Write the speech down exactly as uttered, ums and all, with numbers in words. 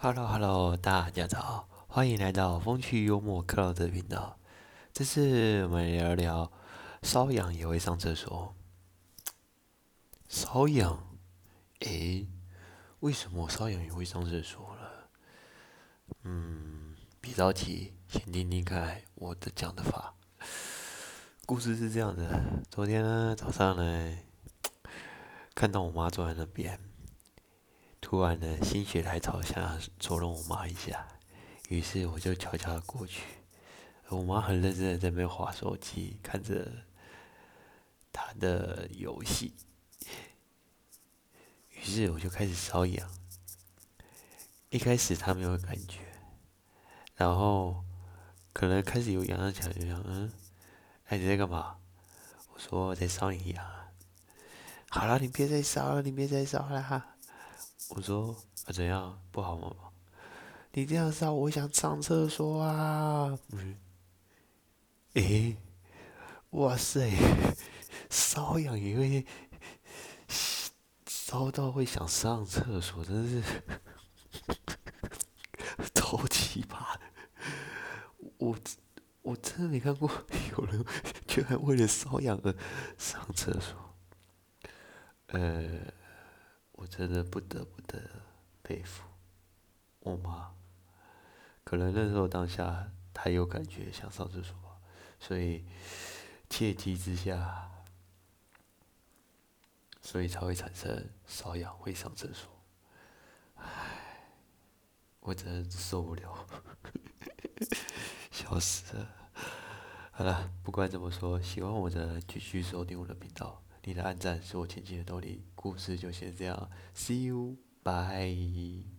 Hello Hello，大家早，欢迎来到风趣幽默克劳德频道。这次我们聊聊瘙痒也会上厕所。瘙痒，诶，为什么瘙痒也会上厕所了？嗯，别着急，先听听看我的讲的法。故事是这样的，昨天呢早上呢，看到我妈坐在那边，突然呢心血来潮，想要捉弄我妈一下，于是我就悄悄的过去。我妈很认真的在那边划手机，看着她的游戏，于是我就开始瘙痒。一开始她没有感觉，然后可能开始有痒痒起来，就想，嗯，哎你在干嘛？我说我在搔你痒啊。好了，你别再搔了，你别再搔了。我说啊怎样不好吗？你这样搔我想上厕所啊。嗯，诶，哇塞，瘙痒也会烧到会想上厕所，真是超奇葩的。我我真的没看过有人居然为了瘙痒而上厕所。呃，我真的不得不得佩服我妈。可能那时候当下她有感觉想上厕所吧，所以切机之下，所以才会产生瘙痒会上厕所。我真的受不了，笑死了。好了，不管怎么说，喜欢我的继续收听我的频道，你的按赞是我前进的动力。故事就先这样，See you，bye。